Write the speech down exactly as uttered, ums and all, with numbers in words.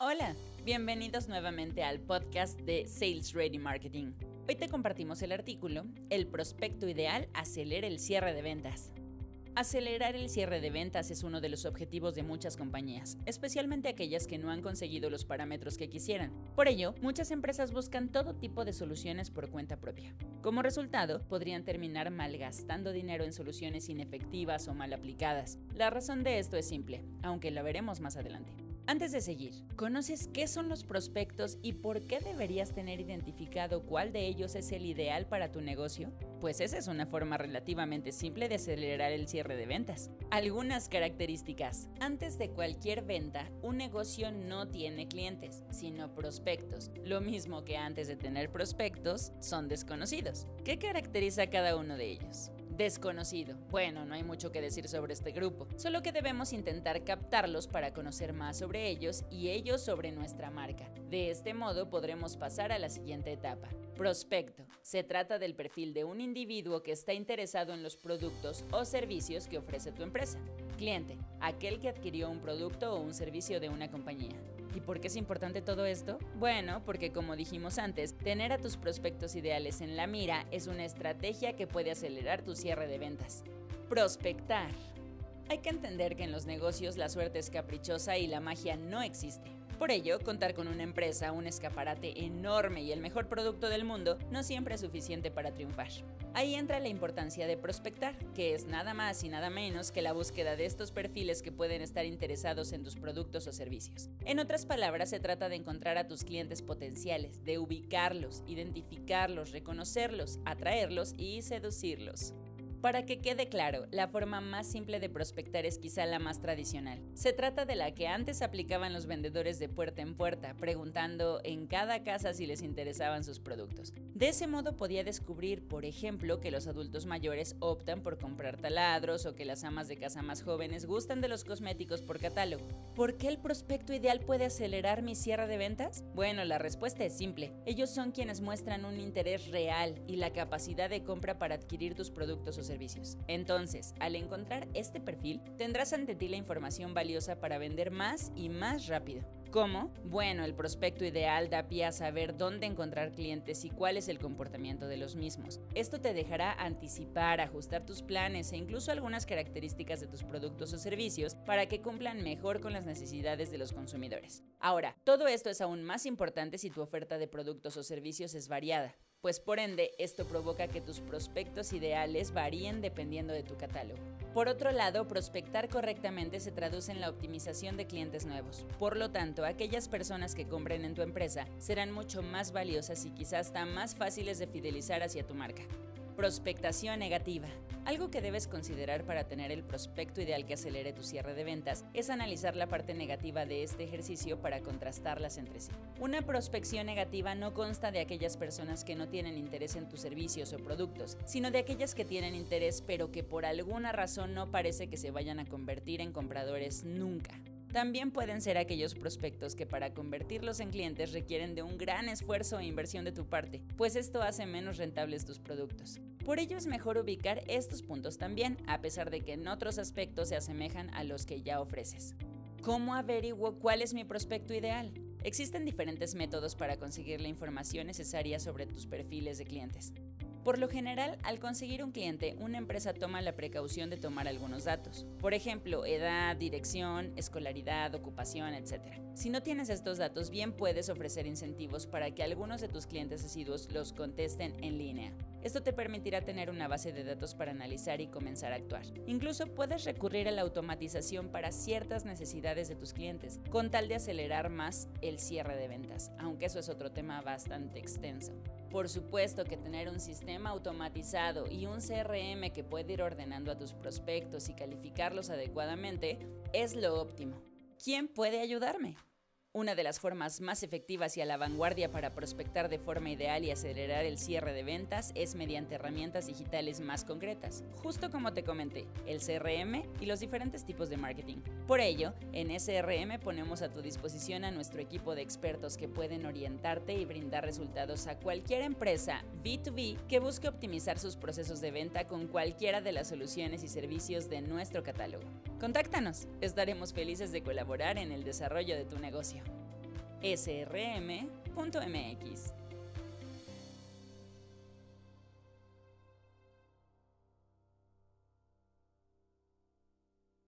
Hola, bienvenidos nuevamente al podcast de Sales Ready Marketing. Hoy te compartimos el artículo El prospecto ideal acelera el cierre de ventas. Acelerar el cierre de ventas es uno de los objetivos de muchas compañías, especialmente aquellas que no han conseguido los parámetros que quisieran. Por ello, muchas empresas buscan todo tipo de soluciones por cuenta propia. Como resultado, podrían terminar malgastando dinero en soluciones inefectivas o mal aplicadas. La razón de esto es simple, aunque la veremos más adelante. Antes de seguir, ¿conoces qué son los prospectos y por qué deberías tener identificado cuál de ellos es el ideal para tu negocio? Pues esa es una forma relativamente simple de acelerar el cierre de ventas. Algunas características. Antes de cualquier venta, un negocio no tiene clientes, sino prospectos. Lo mismo que antes de tener prospectos, son desconocidos. ¿Qué caracteriza a cada uno de ellos? Desconocido. Bueno, no hay mucho que decir sobre este grupo, solo que debemos intentar captarlos para conocer más sobre ellos y ellos sobre nuestra marca. De este modo podremos pasar a la siguiente etapa. Prospecto. Se trata del perfil de un individuo que está interesado en los productos o servicios que ofrece tu empresa. Cliente. Aquel que adquirió un producto o un servicio de una compañía. ¿Y por qué es importante todo esto? Bueno, porque como dijimos antes, tener a tus prospectos ideales en la mira es una estrategia que puede acelerar tu cierre de ventas. Prospectar. Hay que entender que en los negocios la suerte es caprichosa y la magia no existe. Por ello, contar con una empresa, un escaparate enorme y el mejor producto del mundo no siempre es suficiente para triunfar. Ahí entra la importancia de prospectar, que es nada más y nada menos que la búsqueda de estos perfiles que pueden estar interesados en tus productos o servicios. En otras palabras, se trata de encontrar a tus clientes potenciales, de ubicarlos, identificarlos, reconocerlos, atraerlos y seducirlos. Para que quede claro, la forma más simple de prospectar es quizá la más tradicional. Se trata de la que antes aplicaban los vendedores de puerta en puerta, preguntando en cada casa si les interesaban sus productos. De ese modo podía descubrir, por ejemplo, que los adultos mayores optan por comprar taladros o que las amas de casa más jóvenes gustan de los cosméticos por catálogo. ¿Por qué el prospecto ideal puede acelerar mi cierre de ventas? Bueno, la respuesta es simple. Ellos son quienes muestran un interés real y la capacidad de compra para adquirir tus productos o servicios. Entonces, al encontrar este perfil, tendrás ante ti la información valiosa para vender más y más rápido. ¿Cómo? Bueno, el prospecto ideal da pie a saber dónde encontrar clientes y cuál es el comportamiento de los mismos. Esto te dejará anticipar, ajustar tus planes e incluso algunas características de tus productos o servicios para que cumplan mejor con las necesidades de los consumidores. Ahora, todo esto es aún más importante si tu oferta de productos o servicios es variada, pues por ende esto provoca que tus prospectos ideales varíen dependiendo de tu catálogo. Por otro lado, prospectar correctamente se traduce en la optimización de clientes nuevos. Por lo tanto, aquellas personas que compren en tu empresa serán mucho más valiosas y quizás hasta más fáciles de fidelizar hacia tu marca. Prospectación negativa. Algo que debes considerar para tener el prospecto ideal que acelere tu cierre de ventas es analizar la parte negativa de este ejercicio para contrastarlas entre sí. Una prospección negativa no consta de aquellas personas que no tienen interés en tus servicios o productos, sino de aquellas que tienen interés pero que por alguna razón no parece que se vayan a convertir en compradores nunca. También pueden ser aquellos prospectos que para convertirlos en clientes requieren de un gran esfuerzo e inversión de tu parte, pues esto hace menos rentables tus productos. Por ello es mejor ubicar estos puntos también, a pesar de que en otros aspectos se asemejan a los que ya ofreces. ¿Cómo averiguo cuál es mi prospecto ideal? Existen diferentes métodos para conseguir la información necesaria sobre tus perfiles de clientes. Por lo general, al conseguir un cliente, una empresa toma la precaución de tomar algunos datos. Por ejemplo, edad, dirección, escolaridad, ocupación, etcétera. Si no tienes estos datos, bien puedes ofrecer incentivos para que algunos de tus clientes asiduos los contesten en línea. Esto te permitirá tener una base de datos para analizar y comenzar a actuar. Incluso puedes recurrir a la automatización para ciertas necesidades de tus clientes, con tal de acelerar más el cierre de ventas, aunque eso es otro tema bastante extenso. Por supuesto que tener un sistema automatizado y un C R M que puede ir ordenando a tus prospectos y calificarlos adecuadamente es lo óptimo. ¿Quién puede ayudarme? Una de las formas más efectivas y a la vanguardia para prospectar de forma ideal y acelerar el cierre de ventas es mediante herramientas digitales más concretas, justo como te comenté, el C R M y los diferentes tipos de marketing. Por ello, en S R M ponemos a tu disposición a nuestro equipo de expertos que pueden orientarte y brindar resultados a cualquier empresa B dos B que busque optimizar sus procesos de venta con cualquiera de las soluciones y servicios de nuestro catálogo. Contáctanos, estaremos felices de colaborar en el desarrollo de tu negocio. s r m punto m x.